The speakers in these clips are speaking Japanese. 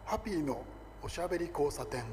ハッピーのおしゃべり交差点。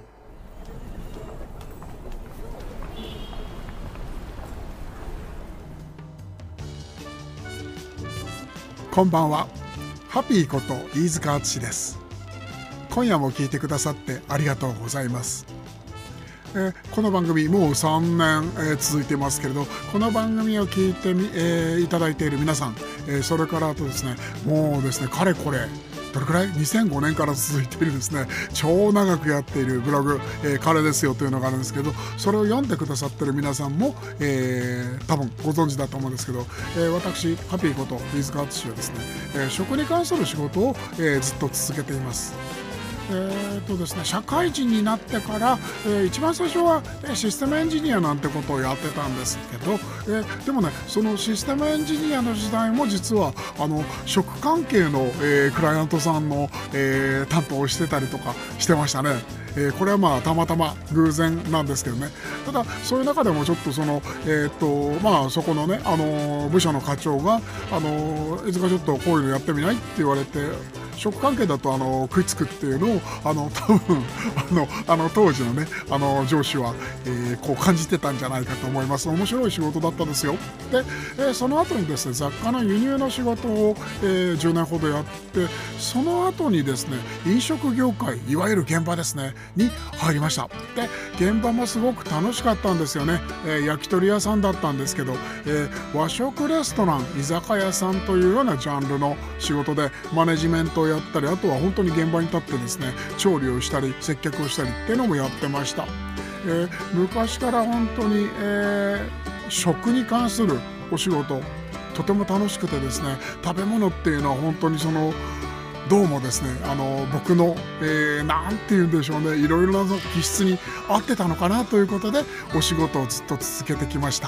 こんばんは。ハッピーこと飯塚敦です。今夜も聞いてくださってありがとうございます。この番組もう3年、続いてますけれど、この番組を聞いていただいている皆さん、それからあとですね、もうですね、かれこれどれくらい2005年から続いているですね、超長くやっているブログ、彼ですよというのがあるんですけど、それを読んでくださっている皆さんも、多分ご存知だと思うんですけど、私ハッピーこと飯塚敦はですね、食に関する仕事を、ずっと続けています。ですね、社会人になってから、一番最初はシステムエンジニアなんてことをやってたんですけど、でもね、そのシステムエンジニアの時代も実は食関係の、クライアントさんの、担当をしてたりとかしてましたね。これはまあたまたま偶然なんですけどね。ただそういう中でもちょっとそこのね、部署の課長がいつかちょっとこういうのやってみないって言われて、食関係だと食いつくっていうのを多分当時のね上司は、こう感じてたんじゃないかと思います。面白い仕事だったですよ。で、その後にですね、雑貨の輸入の仕事を、10年ほどやって、その後にですね、飲食業界、いわゆる現場ですねに入りました。で、現場もすごく楽しかったんですよね。焼き鳥屋さんだったんですけど、和食レストラン、居酒屋さんというようなジャンルの仕事でマネジメントをやったり、あとは本当に現場に立ってですね、調理をしたり接客をしたりっていうのもやってました。昔から本当に、食に関するお仕事とても楽しくてですね、食べ物っていうのは本当にどうもですね、僕の、なんて言うんでしょうね、いろいろな気質に合ってたのかなということで、お仕事をずっと続けてきました。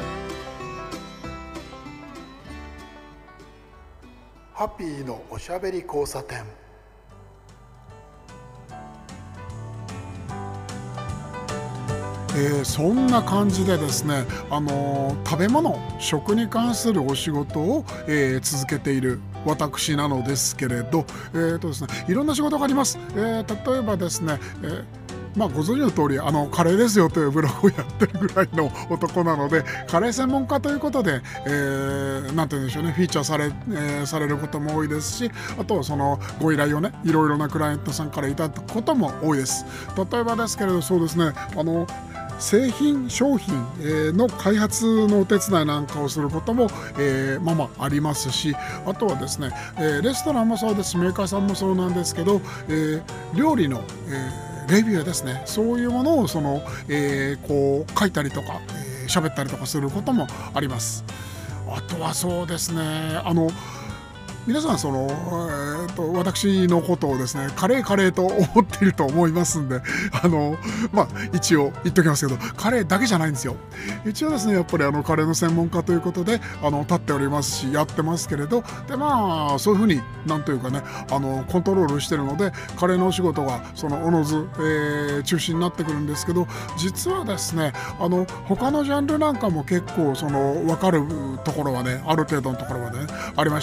ハッピーのおしゃべり交差点。そんな感じでですね、食べ物、食に関するお仕事を、続けている私なのですけれど、ですね、いろんな仕事があります。例えばですね、ご存知の通りカレーですよというブログをやってるぐらいの男なので、カレー専門家ということで、なんて言うんでしょうね、フィーチャーされることも多いですし、あとご依頼をね、いろいろなクライアントさんからいただくことも多いです。例えばですけれど、そうですね、製品商品の開発のお手伝いなんかをすることも、ありますし、あとはですね、レストランもそうですし、メーカーさんもそうなんですけど、料理の、レビューですね、そういうものをこう書いたりとか喋ったりとかすることもあります。あとはそうですね、皆さん私のことをですね、カレーと思っていると思いますんで、一応言っておきますけど、カレーだけじゃないんですよ。一応ですね、やっぱりカレーの専門家ということで立っておりますし、やってますけれど、でそういうふうになんというかね、コントロールしてるので、カレーのお仕事がおのず、中心になってくるんですけど、実はですね、他のジャンルなんかも結構分かるところはね、ある程度のところはねありまして、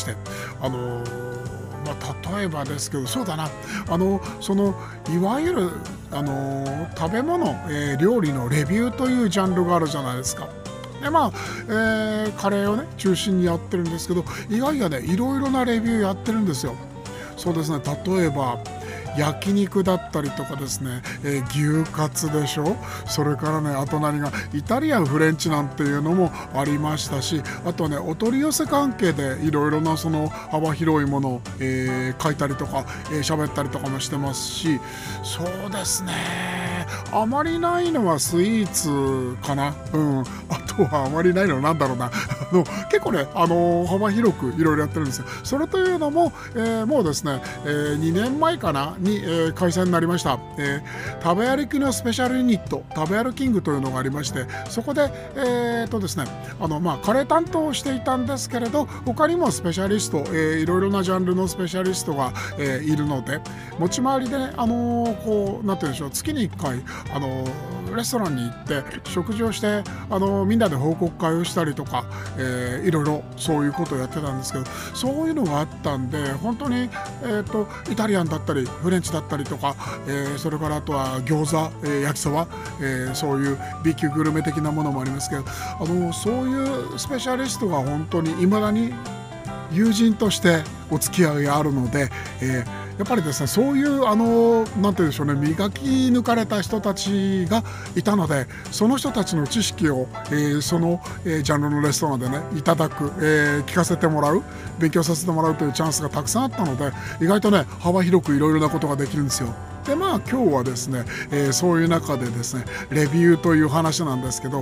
例えばですけど、そうだな、いわゆる食べ物、料理のレビューというジャンルがあるじゃないですか。でカレーをね中心にやってるんですけど、意外やね、いろいろなレビューやってるんですよ。そうですね、例えば焼肉だったりとかですね、牛カツでしょ、それからね、あと何がイタリアンフレンチなんていうのもありましたし、あとね、お取り寄せ関係でいろいろな幅広いものを、書いたりとか喋ったりとかもしてますし、そうですね、あまりないのはスイーツかな。あとはあまりないのなんだろうな結構ね、幅広くいろいろやってるんですよ。それというのも、もうですね、2年前かなに、開催になりました、食べ歩きのスペシャルユニット、食べ歩キングというのがありまして、そこでですね、カレー担当をしていたんですけれど、他にもスペシャリスト、いろいろなジャンルのスペシャリストが、いるので、持ち回りでね、こうなんていうんでしょう、月に1回レストランに行って食事をして、みんなで報告会をしたりとか、いろいろそういうことをやってたんですけど、そういうのがあったんで、本当に、イタリアンだったりフレレンチだったりとか、それからあとは餃子、焼きそば、そういう B 級グルメ的なものもありますけど、そういうスペシャリストが本当に未だに友人としてお付き合いがあるので、やっぱりですね、そういうなんて言うんでしょうね、磨き抜かれた人たちがいたので、その人たちの知識を、その、ジャンルのレストランでねいただく、聞かせてもらう、勉強させてもらうというチャンスがたくさんあったので、意外とね幅広くいろいろなことができるんですよ。で今日はですね、そういう中でですねレビューという話なんですけど、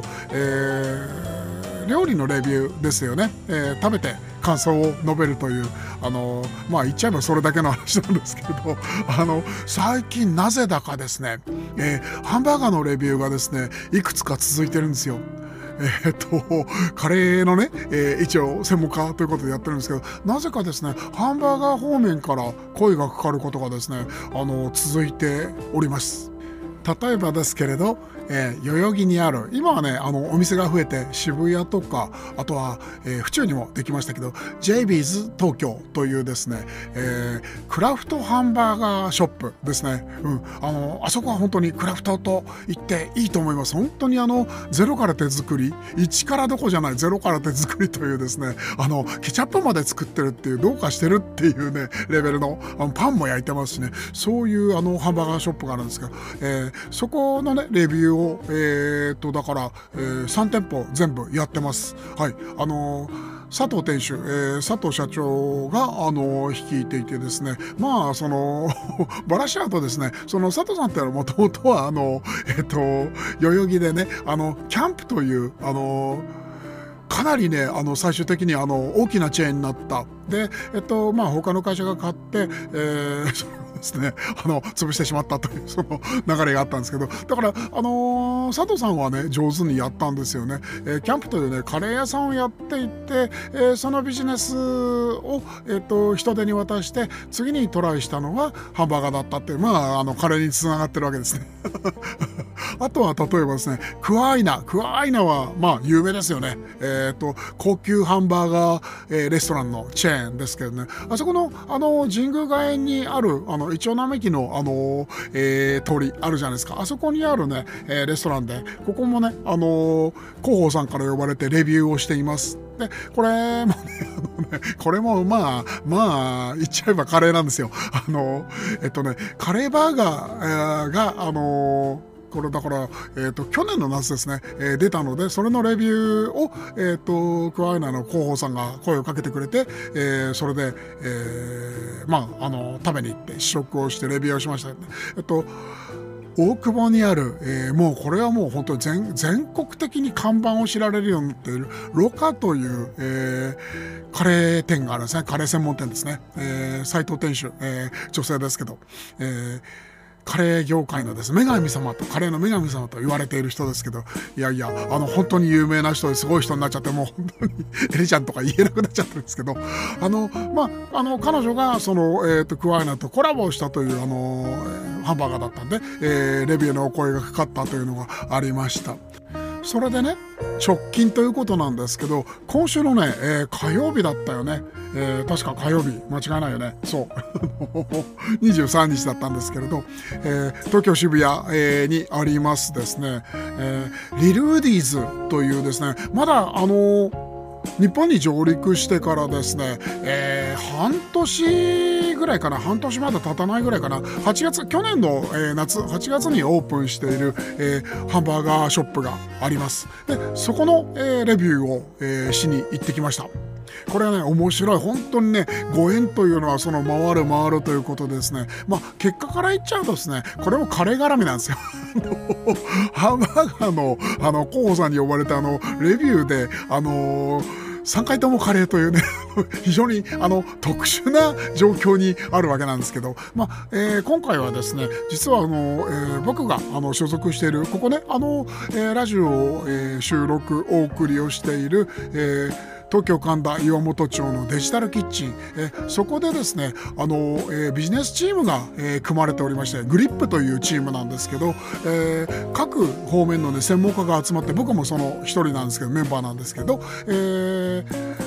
料理のレビューですよね、食べて感想を述べるという、言っちゃえばそれだけの話なんですけれど、最近なぜだかですね、ハンバーガーのレビューがですねいくつか続いてるんですよ。カレーのね、一応専門家ということでやってるんですけど、なぜかですねハンバーガー方面から声がかかることがですね続いております。例えばですけれど、代々木にある、今はねお店が増えて渋谷とか、あとは、府中にもできましたけど JB's 東京というですね、クラフトハンバーガーショップですね、あそこは本当にクラフトと言っていいと思います。本当にゼロから手作り、1からどこじゃない、ゼロから手作りというですね、ケチャップまで作ってるっていう、どうかしてるっていうねレベルの、パンも焼いてますしね、そういうハンバーガーショップがあるんですが、そこのねレビューを、だから、3店舗全部やってます。はい、佐藤店主、佐藤社長が率いていてですね、バラしちゃうとですね、その佐藤さんってもともとは代々木でねキャンプというかなりね最終的に大きなチェーンになった。で他の会社が買って、ですね、潰してしまったというその流れがあったんですけど、だから、佐藤さんはね上手にやったんですよね。キャンプというねカレー屋さんをやっていて、そのビジネスを、人手に渡して次にトライしたのがハンバーガーだったっていう、カレーにつながってるわけですね。あとは例えばですね、クワアイナは有名ですよね。高級ハンバーガー、レストランのチェーンですけどね、あそこの神宮外苑にあるイチョウ並木の通りあるじゃないですか。あそこにあるね、レストランで、ここもね広報さんから呼ばれてレビューをしています。でこれもねこれも言っちゃえばカレーなんですよ。カレーバーガー、がこれだから、去年の夏ですね、出たので、それのレビューを、クワイナの広報さんが声をかけてくれて、それで、食べに行って試食をしてレビューをしました、ね。大久保にある、もうこれはもう本当に全国的に看板を知られるようになっているロカという、カレー店があるんですね。カレー専門店ですね。斉藤店主、女性ですけど、カレー業界のですね、カレーの女神様と言われている人ですけど、本当に有名な人ですごい人になっちゃって、もう本当にエリちゃんとか言えなくなっちゃってるんですけど、彼女がそのクワイナとコラボしたというハンバーガーだったんで、レビューのお声がかかったというのがありました。それでね、直近ということなんですけど、今週のね、火曜日だったよね。確か火曜日、間違いないよね。そう。23日だったんですけれど、東京渋谷、にありますですね、リル・ウディーズというですね、まだ日本に上陸してからですね、半年ぐらいかな、半年まだ経たないぐらいかな、去年の、夏、8月にオープンしている、ハンバーガーショップがあります。で、そこの、レビューを、しに行ってきました。これはね、面白い。本当にね、ご縁というのはその回るということでですね、結果から言っちゃうとですね、これもカレー絡みなんですよ。ハンバーガーの広報さんに呼ばれたレビューで3回ともカレーというね非常に特殊な状況にあるわけなんですけど、今回はですね、実は僕が所属しているここね、ラジオを、収録お送りをしている、東京神田岩本町のデジタルキッチン、そこでですねビジネスチームが、組まれておりまして、グリップというチームなんですけど、各方面の、ね、専門家が集まって、僕もその一人なんですけど、メンバーなんですけど、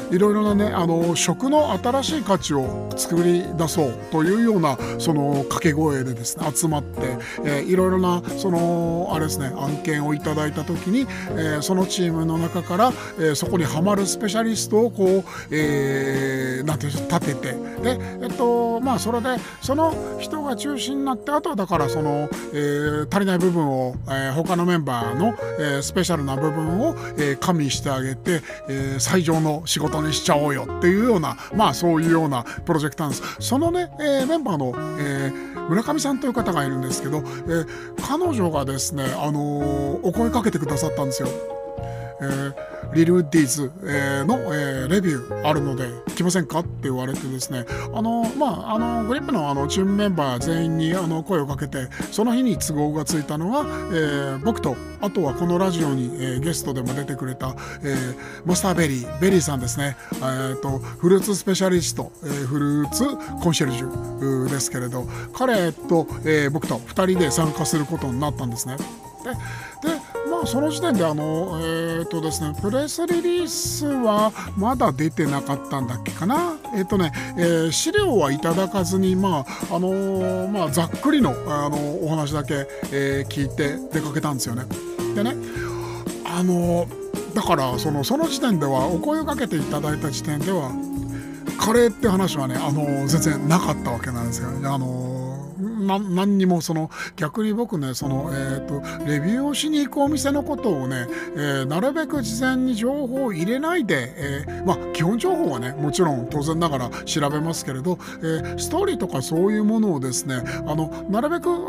いろいろなね食の新しい価値を作り出そうというようなその掛け声でですね集まって、いろいろなそのあれですね案件をいただいた時に、そのチームの中から、そこにはまるスペシャリストをこう、なんていう立ててでそれでその人が中心になって、あとはだからその、足りない部分を、他のメンバーの、スペシャルな部分を、加味してあげて、最上の仕事にしちゃおうよっていうようなそういうようなプロジェクトなんです。そのね、メンバーの、村上さんという方がいるんですけど、彼女がですね、お声かけてくださったんですよ。リル・ディーズ、の、レビューあるので来ませんかって言われてですね、グリップの、チームメンバー全員に声をかけて、その日に都合がついたのが、僕とあとはこのラジオに、ゲストでも出てくれた、マスターベリーさんですね、フルーツスペシャリスト、フルーツコンシェルジュですけれど、彼と、僕と2人で参加することになったんですね。でその時点でですね、プレスリリースはまだ出てなかったんだっけかな。資料はいただかずに、ざっくりの、お話だけ、聞いて出かけたんですよね。でね、だからその時点ではお声をかけていただいた時点ではカレーって話はね全然なかったわけなんですよ。何にも逆に僕ねレビューをしに行くお店のことをね、なるべく事前に情報を入れないで、基本情報はねもちろん当然ながら調べますけれど、ストーリーとかそういうものをですねなるべく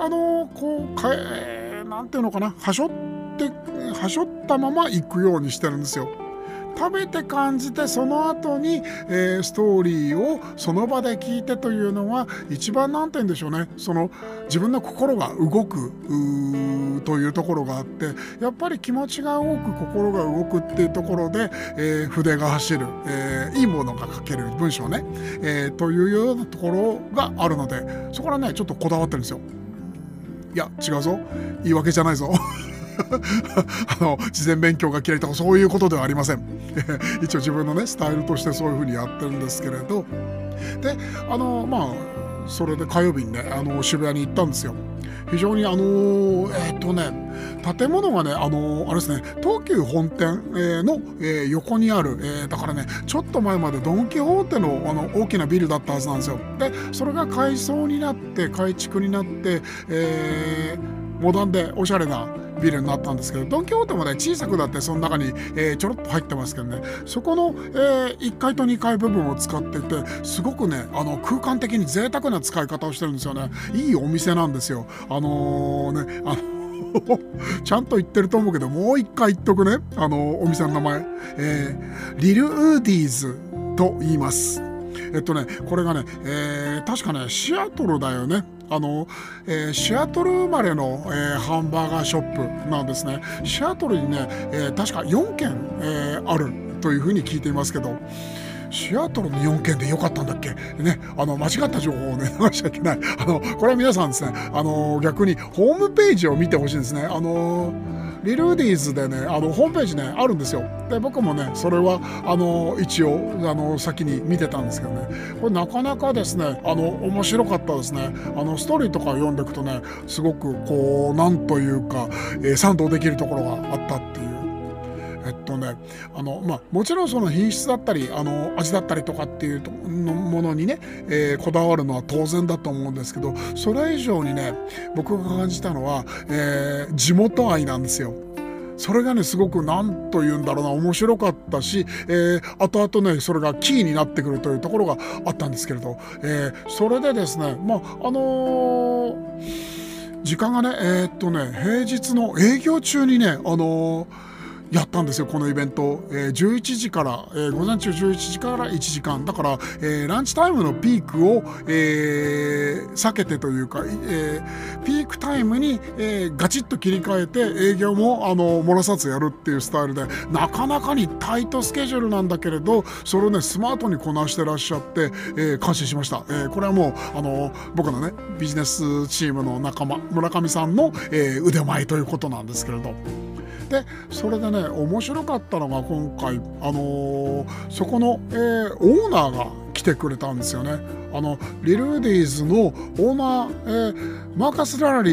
なんていうのかな、はしょったまま行くようにしてるんですよ。食べて感じてその後に、ストーリーをその場で聞いてというのが一番なんて言うんでしょうね、自分の心が動くというところがあって、やっぱり気持ちが多く心が動くっていうところで、筆が走る、いいものが書ける文章ね、というようなところがあるので、そこからねちょっとこだわってるんですよ。いや違うぞ、言い訳じゃないぞ事前勉強が嫌いとかそういうことではありません一応自分のねスタイルとしてそういう風にやってるんですけれど、でそれで火曜日にね渋谷に行ったんですよ。非常に建物がねあれですね、東急本店、の、横にある、だからねちょっと前までドン・キホーテの大きなビルだったはずなんですよ。でそれが改装になって改築になって、モダンでおしゃれなビルになったんですけど、ドン・キホーテもね小さくなってその中に、ちょろっと入ってますけどね、そこの、1階と2階部分を使っていて、すごくね空間的に贅沢な使い方をしてるんですよね。いいお店なんですよ。ちゃんと言ってると思うけど、もう一回言っとくね、お店の名前、リル・ウーディーズと言います。これがね、確かねシアトルだよね。シアトル生まれの、ハンバーガーショップなんですね。シアトルにね、確か4軒、あるというふうに聞いていますけど、シアトルの4軒でよかったんだっけね、間違った情報をね流しちゃいけない。これは皆さんですね、逆にホームページを見てほしいんですね。リルディーズでねホームページねあるんですよ。で僕もねそれは一応先に見てたんですけどね、これなかなかですね面白かったですね。ストーリーとか読んでいくとね、すごくこうなんというか、賛同できるところがあったっていう。もちろんその品質だったり味だったりとかっていうものにね、こだわるのは当然だと思うんですけど、それ以上にね僕が感じたのは、地元愛なんですよ。それがねすごくなんというんだろうな、面白かったし、後々ねそれがキーになってくるというところがあったんですけれど、それでですね時間がね平日の営業中にねやったんですよ、このイベント。11時から、午前中11時から1時間だから、ランチタイムのピークを、避けてというか、ピークタイムに、ガチッと切り替えて営業も漏らさずやるっていうスタイルで、なかなかにタイトスケジュールなんだけれど、それをねスマートにこなしてらっしゃって、感心しました。これはもう僕のねビジネスチームの仲間村上さんの、腕前ということなんですけれど、 でそれでね、面白かったのが今回、そこの、オーナーが来てくれたんですよね。リル・ウディーズのオーナー、マーカス・ラ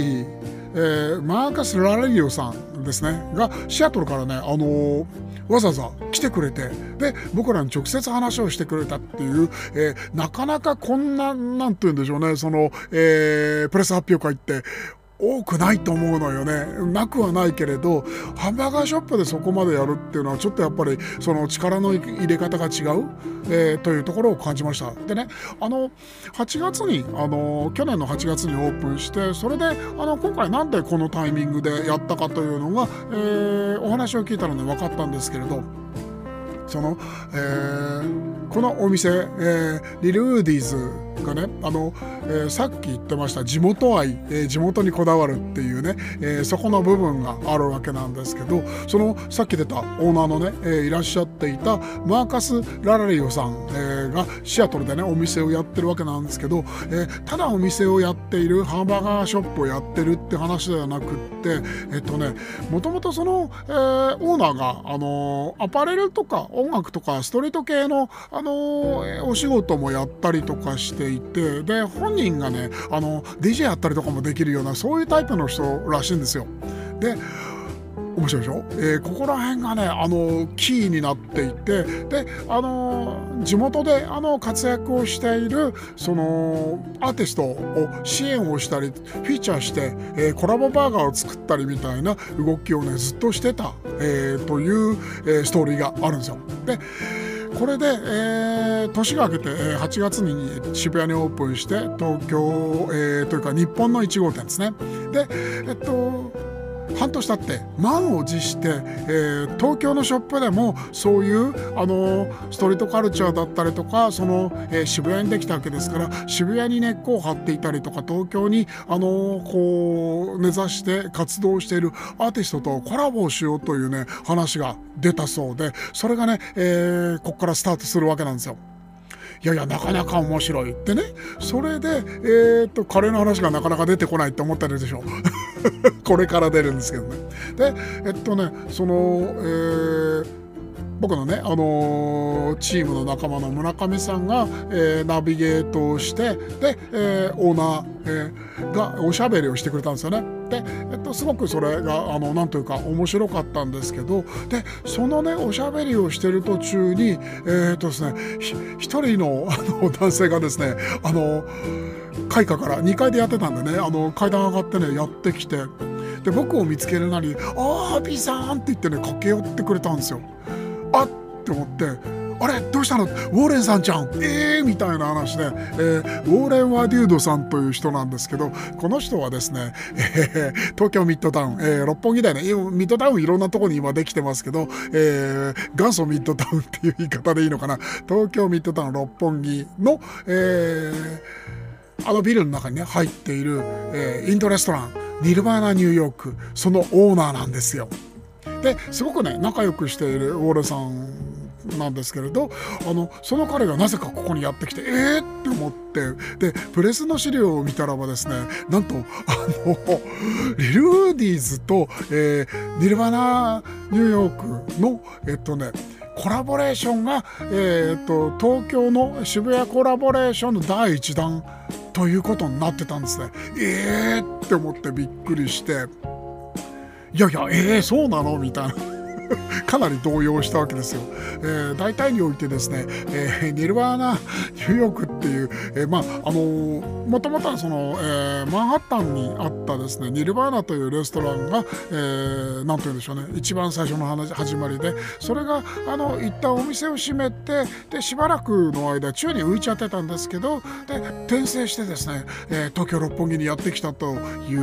ラリオさんですねがシアトルからね、わざわざ来てくれて、で僕らに直接話をしてくれたっていう、なかなかこんな、なんて言うんでしょうね、その、プレス発表会って多くないと思うのよね。なくはないけれど、ハンバーガーショップでそこまでやるっていうのはちょっとやっぱりその力の入れ方が違う、というところを感じました。でね、8月に去年の8月にオープンして、それで今回なんでこのタイミングでやったかというのが、お話を聞いたので分かったんですけれど、その、このお店、リル・ウーディーズがね、さっき言ってました地元愛、地元にこだわるっていうね、そこの部分があるわけなんですけど、そのさっき出たオーナーのね、いらっしゃっていたマーカス・ララリオさん、がシアトルでねお店をやってるわけなんですけど、ただお店をやっている、ハンバーガーショップをやってるって話ではなくって、もともとその、オーナーがアパレルとか音楽とかストリート系の、お仕事もやったりとかしていて、で本人がねDJ やったりとかもできるような、そういうタイプの人らしいんですよ。で面白いでしょ、ここら辺がねキーになっていて、で地元で活躍をしているそのアーティストを支援をしたりフィーチャーして、コラボバーガーを作ったりみたいな動きをねずっとしてた、という、ストーリーがあるんですよ。でこれで、年が明けて、8月に渋谷にオープンして東京、というか日本の1号店ですね。で半年経って満を持して、東京のショップでもそういうストリートカルチャーだったりとか、その、渋谷にできたわけですから、渋谷に根っこを張っていたりとか、東京にこう根ざして活動しているアーティストとコラボをしようというね話が出たそうで、それがね、ここからスタートするわけなんですよ。いやいやなかなか面白いってね。それでカレーの話がなかなか出てこないって思ったでしょこれから出るんですけどね。でその、僕のね、チームの仲間の村上さんが、ナビゲートをして、で、オーナー、がおしゃべりをしてくれたんですよね。で、すごくそれがなんというか面白かったんですけど、でそのねおしゃべりをしてる途中にですね、一人の男性がですね階下から2階でやってたんでね、階段上がってねやってきて、で僕を見つけるなり「あービーさん」って言ってね駆け寄ってくれたんですよ。あっって思って、あれどうしたの、ウォーレンさんじゃんみたいな話で、ウォーレン・ワデュードさんという人なんですけど、この人はですね、東京ミッドタウン、六本木だよね。ミッドタウンいろんなところに今できてますけど、元祖ミッドタウンっていう言い方でいいのかな、東京ミッドタウン六本木の、ビルの中にね入っている、インドレストランニルバーナニューヨーク、そのオーナーなんですよ。ですごくね仲良くしているウォーレンさんなんですけれど、その彼がなぜかここにやってきてって思って、でプレスの資料を見たらばですね、なんとリル・ウーディーズと、ニルバーナニューヨークのコラボレーションが、東京の渋谷コラボレーションの第1弾ということになってたんですね。って思ってびっくりして、いやいやそうなのみたいなかなり動揺したわけですよ。大体においてですね、ニルバーナニューヨークっていう、もともとはその、マンハッタンにあったですねニルバーナというレストランが、なんて言うんでしょうね、一番最初の始まりで、それが一旦お店を閉めて、でしばらくの間宙に浮いちゃってたんですけど、で転生してですね、東京六本木にやってきたという、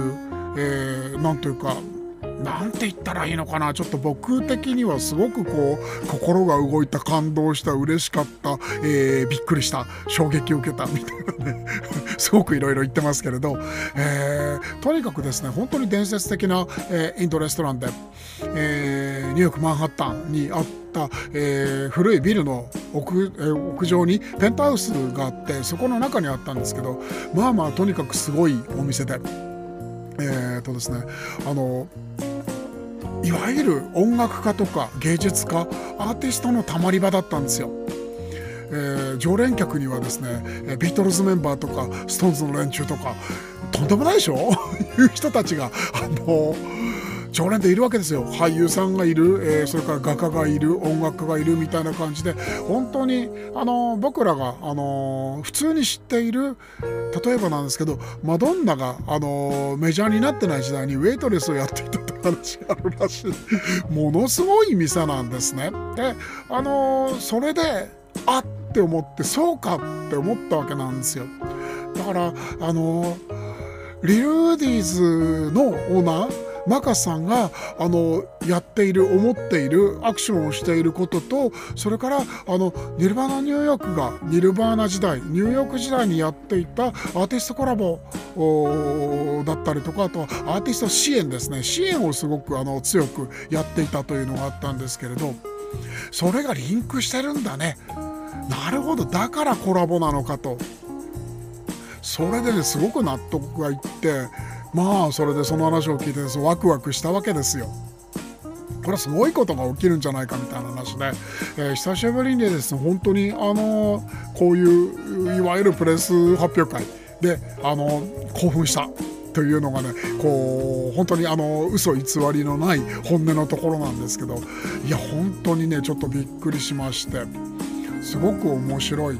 なんというかなんて言ったらいいのかな、ちょっと僕的にはすごくこう心が動いた、感動した、嬉しかった、びっくりした、衝撃を受けたみたいなねすごくいろいろ言ってますけれど、とにかくですね本当に伝説的な、インドレストランで、ニューヨークマンハッタンにあった、古いビルの屋上にペントハウスがあって、そこの中にあったんですけど、とにかくすごいお店で。ですね、 いわゆる音楽家とか芸術家、アーティストのたまり場だったんですよ。常連客にはですね、ビートルズメンバーとかストーンズの連中とか、とんでもないでしょいう人たちが常連でいるわけですよ。俳優さんがいる、それから画家がいる、音楽家がいるみたいな感じで、本当に僕らが普通に知っている、例えばなんですけど、マドンナがメジャーになってない時代にウェイトレスをやっていたという話があるらしい。ものすごい店なんですね。でそれであって思って、そうかって思ったわけなんですよ。だからリル・ウディーズのオーナーマカスさんがやっている、思っている、アクションをしていることと、それからニルバーナニューヨークがニルバーナ時代、ニューヨーク時代にやっていたアーティストコラボだったりとか、あとはアーティスト支援ですね、支援をすごく強くやっていたというのがあったんですけれど、それがリンクしてるんだね。なるほど、だからコラボなのかと。それでね、すごく納得がいって、まあそれでその話を聞いてワクワクしたわけですよ。これはすごいことが起きるんじゃないかみたいな話で、久しぶりにですね、本当にこういういわゆるプレス発表会で興奮したというのがね、こう本当に嘘偽りのない本音のところなんですけど、いや本当にねちょっとびっくりしまして、すごく面白い。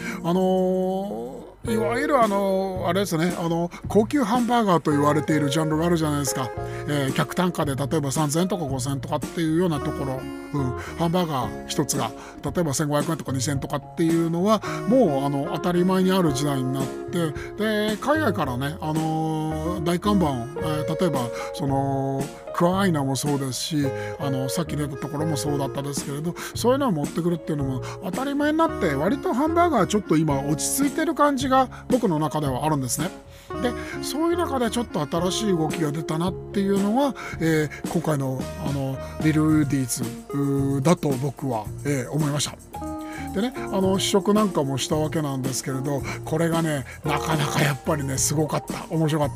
いわゆるあれですね、高級ハンバーガーと言われているジャンルがあるじゃないですか。客単価で例えば3000円とか5000円とかっていうようなところ、ハンバーガー一つが例えば1500円とか2000円とかっていうのはもう当たり前にある時代になって、で海外からね、大看板を、例えばそのクアアイナもそうですし、さっき出たところもそうだったですけれど、そういうのを持ってくるっていうのも当たり前になって、割とハンバーガーはちょっと今落ち着いてる感じが僕の中ではあるんですね。でそういう中でちょっと新しい動きが出たなっていうのは、今回のリル・ウディーズだと僕は、思いました。でね、試食なんかもしたわけなんですけれど、これがねなかなかやっぱりねすごかった、面白かった。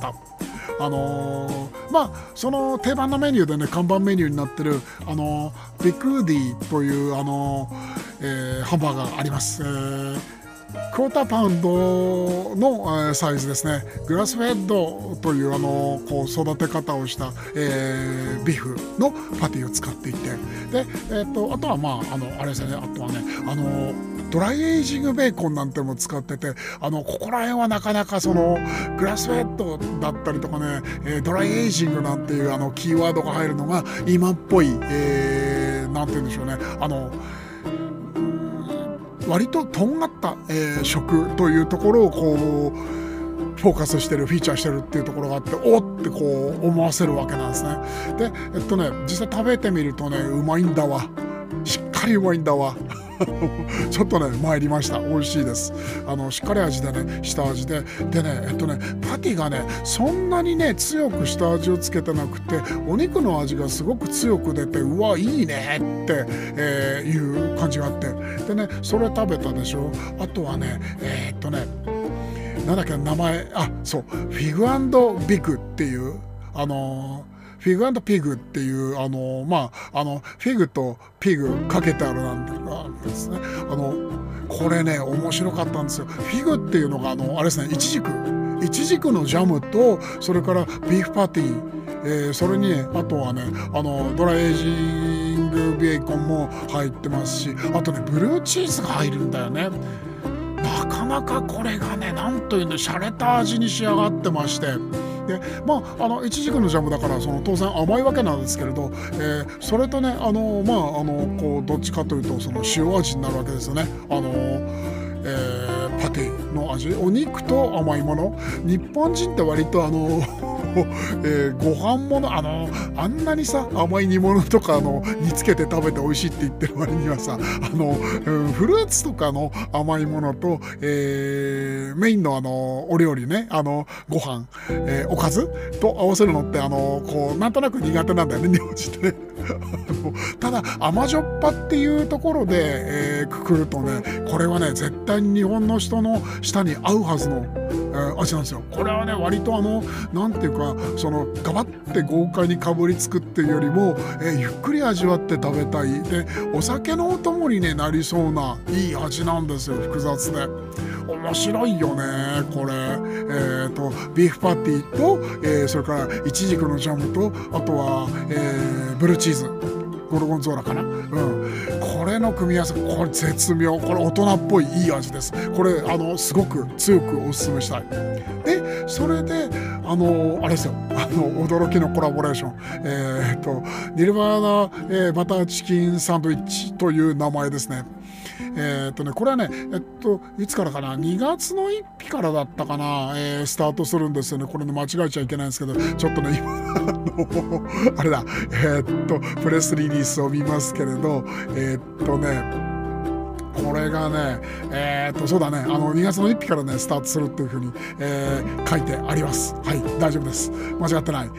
その定番のメニューでね、看板メニューになってるビッグウディというハンバーガーがあります。クォーターパウンドのサイズですね。グラスフェッドというこう育て方をした、ビーフのパティを使っていて、で、あとはあれですね、あとはねドライエイジングベーコンなんても使ってて、ここら辺はなかなかそのグラスフェッドだったりとかね、ドライエイジングなんていうキーワードが入るのが今っぽい、なんて言うんでしょうね、割ととんがった、食というところをこうフォーカスしてる、フィーチャーしてるっていうところがあって、おってこう思わせるわけなんですね。で実際食べてみるとね、うまいんだわ、しっかりうまいんだわちょっとね参りました。美味しいです。しっかり味でね、下味でね、パティがねそんなにね強く下味をつけてなくて、お肉の味がすごく強く出て、うわいいねって、いう感じがあって、でねそれ食べたでしょ。あとはねなんだっけ名前、そうフィグ&ビグっていうフィグ&ピグっていうフィグとピグかけてあるなんてあるんですね。これね面白かったんですよ。フィグっていうのがあれですね、イチジクのジャムと、それからビーフパティ、それにねあとはねドライエイジングベーコンも入ってますし、あとねブルーチーズが入るんだよね。なかなかこれがね、なんというの、洒落た味に仕上がってまして、でイチジクのジャムだから当然甘いわけなんですけれど、それとねこうどっちかというとその塩味になるわけですよね。パティの味、お肉と甘いもの。日本人って割とご飯ものあんなにさ甘い煮物とか煮つけて食べて美味しいって言ってる割にはさ、フルーツとかの甘いものと、メインのお料理ね、ご飯、おかずと合わせるのってこうなんとなく苦手なんだよね、日本人ってねただ甘じょっぱっていうところで、くくるとね、これはね絶対に日本の人の舌に合うはずの、味なんですよ。これはね割となんていうか、ガバって豪快にかぶりつくっていうよりも、ゆっくり味わって食べたいで、お酒のお供に、ね、なりそうないい味なんですよ。複雑で面白いよねこれ。ビーフパティと、それからイチジクのジャムと、あとは、ブルーチーズゴルゴンゾーラかな、これの組み合わせ、これ絶妙。これ大人っぽいいい味です。これすごく強くおすすめしたい。でそれであれですよ、驚きのコラボレーション、ニルバーナ、バターチキンサンドイッチという名前ですね。これはね、いつからかな、2月の1日からだったかな、スタートするんですよね。これね、間違えちゃいけないんですけど、ちょっとね、今、あれだ、プレスリリースを見ますけれど、これがね、そうだね、2月の1日からね、スタートするっていうふうに、書いてあります。はい、大丈夫です。間違ってない。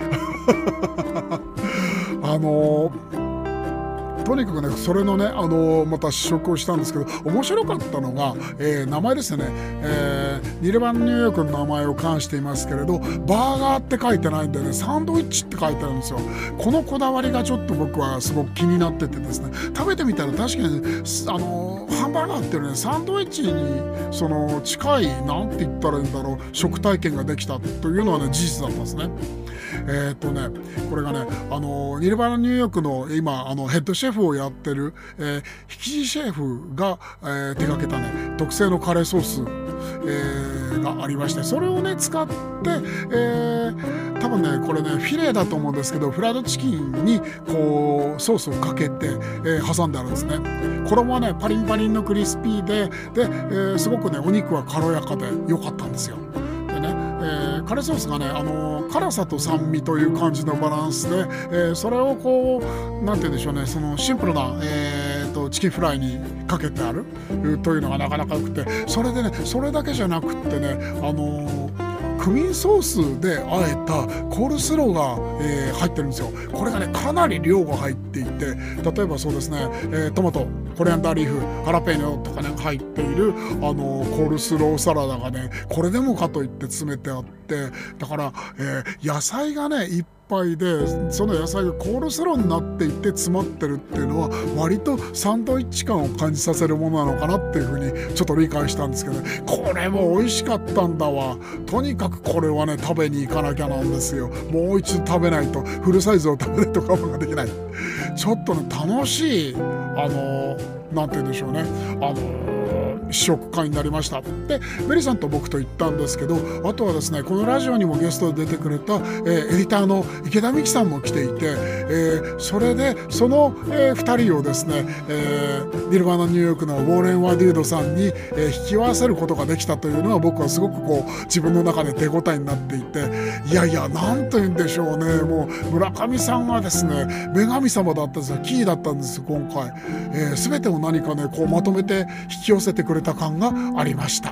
とにかくね、それのね、また試食をしたんですけど、面白かったのが、名前ですよね。ニルバーナニューヨークの名前を冠していますけれど、バーガーって書いてないんでね、サンドイッチって書いてあるんですよ。このこだわりがちょっと僕はすごく気になっててですね、食べてみたら確かに、ハンバーガーっていうね、サンドイッチに近い、なんて言ったらいいんだろう、食体験ができたというのはね、事実だったんですね。これがね、ニルバーナニューヨークの今ヘッドシェフをやってる、ヒキジシェフが、手掛けたね特製のカレーソース、がありまして、それをね使って、多分ねこれねフィレだと思うんですけど、フライドチキンにこうソースをかけて、挟んであるんですね。衣はねパリンパリンのクリスピーで、すごくねお肉は軽やかで良かったんですよ。でね、カレーソースがね辛さと酸味という感じのバランスで、それをこうなんて言うんでしょうね、シンプルな、チキンフライにかけてあるというのがなかなか良くて、それでねそれだけじゃなくってね、クミンソースであえたコールスローが、入ってるんですよ。これがねかなり量が入っていて、例えばそうですね、トマト、コリアンダーリーフ、ハラペーニョとかね入っているコールスローサラダがねこれでもかといって詰めてあって、だから、野菜がねいっぱいで、その野菜がコールスローになっていって詰まってるっていうのは割とサンドイッチ感を感じさせるものなのかなっていうふうにちょっと理解したんですけど、ね、これも美味しかったんだわ。とにかくこれはね食べに行かなきゃなんですよ。もう一度食べないと、フルサイズを食べないと我慢ができない。ちょっとね楽しいなんて言うんでしょうね、試食会になりました。でメリさんと僕と行ったんですけど、あとはですねこのラジオにもゲストで出てくれた、エディターの池田美希さんも来ていて、それでその、2人をですね、ニルバーナニューヨークのウォーレン・ワデュードさんに、引き合わせることができたというのは、僕はすごくこう自分の中で手応えになっていて、いやいやなんと言うんでしょうね、もう村上さんがですね女神様だったんですよ。キーだったんですよ今回。全てを何かねこうまとめて引き寄せてくれた感がありました。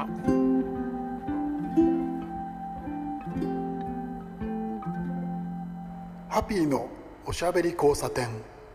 ハピーのおしゃべり交差点。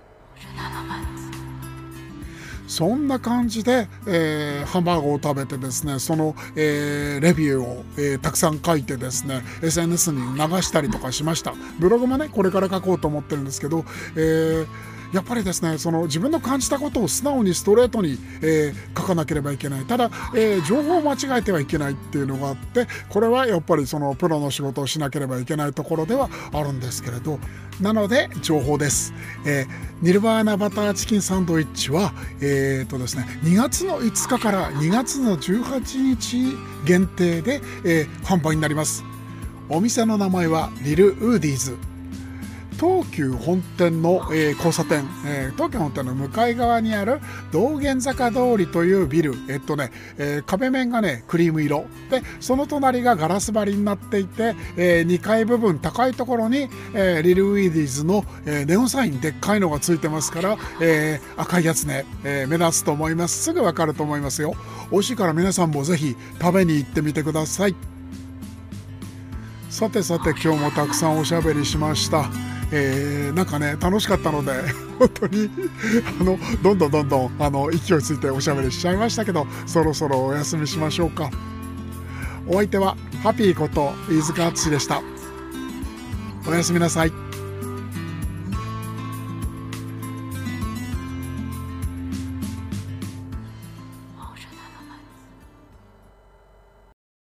そんな感じで、ハンバーガーを食べてですね、その、レビューを、たくさん書いてですね SNS に流したりとかしました。ブログもねこれから書こうと思ってるんですけど、やっぱりですね自分の感じたことを素直にストレートに、書かなければいけない。ただ、情報を間違えてはいけないっていうのがあって、これはやっぱりプロの仕事をしなければいけないところではあるんですけれど、なので情報です。ニルバーナバターチキンサンドイッチはですね2月の5日から2月の18日限定で、販売になります。お店の名前はリル・ウーディーズ。東急本店の、交差点、東急本店の向かい側にある道玄坂通りというビル、壁面がねクリーム色で、その隣がガラス張りになっていて、2階部分高いところに、リル・ウィーディーズの、ネオンサインでっかいのがついてますから、赤いやつね、目立つと思います。すぐわかると思いますよ。美味しいから皆さんもぜひ食べに行ってみてください。さてさて今日もたくさんおしゃべりしました。 なんかね楽しかったので本当にどんどん勢いついておしゃべりしちゃいましたけど、そろそろお休みしましょうか。お相手はハッピーこと飯塚敦でした。おやすみなさい。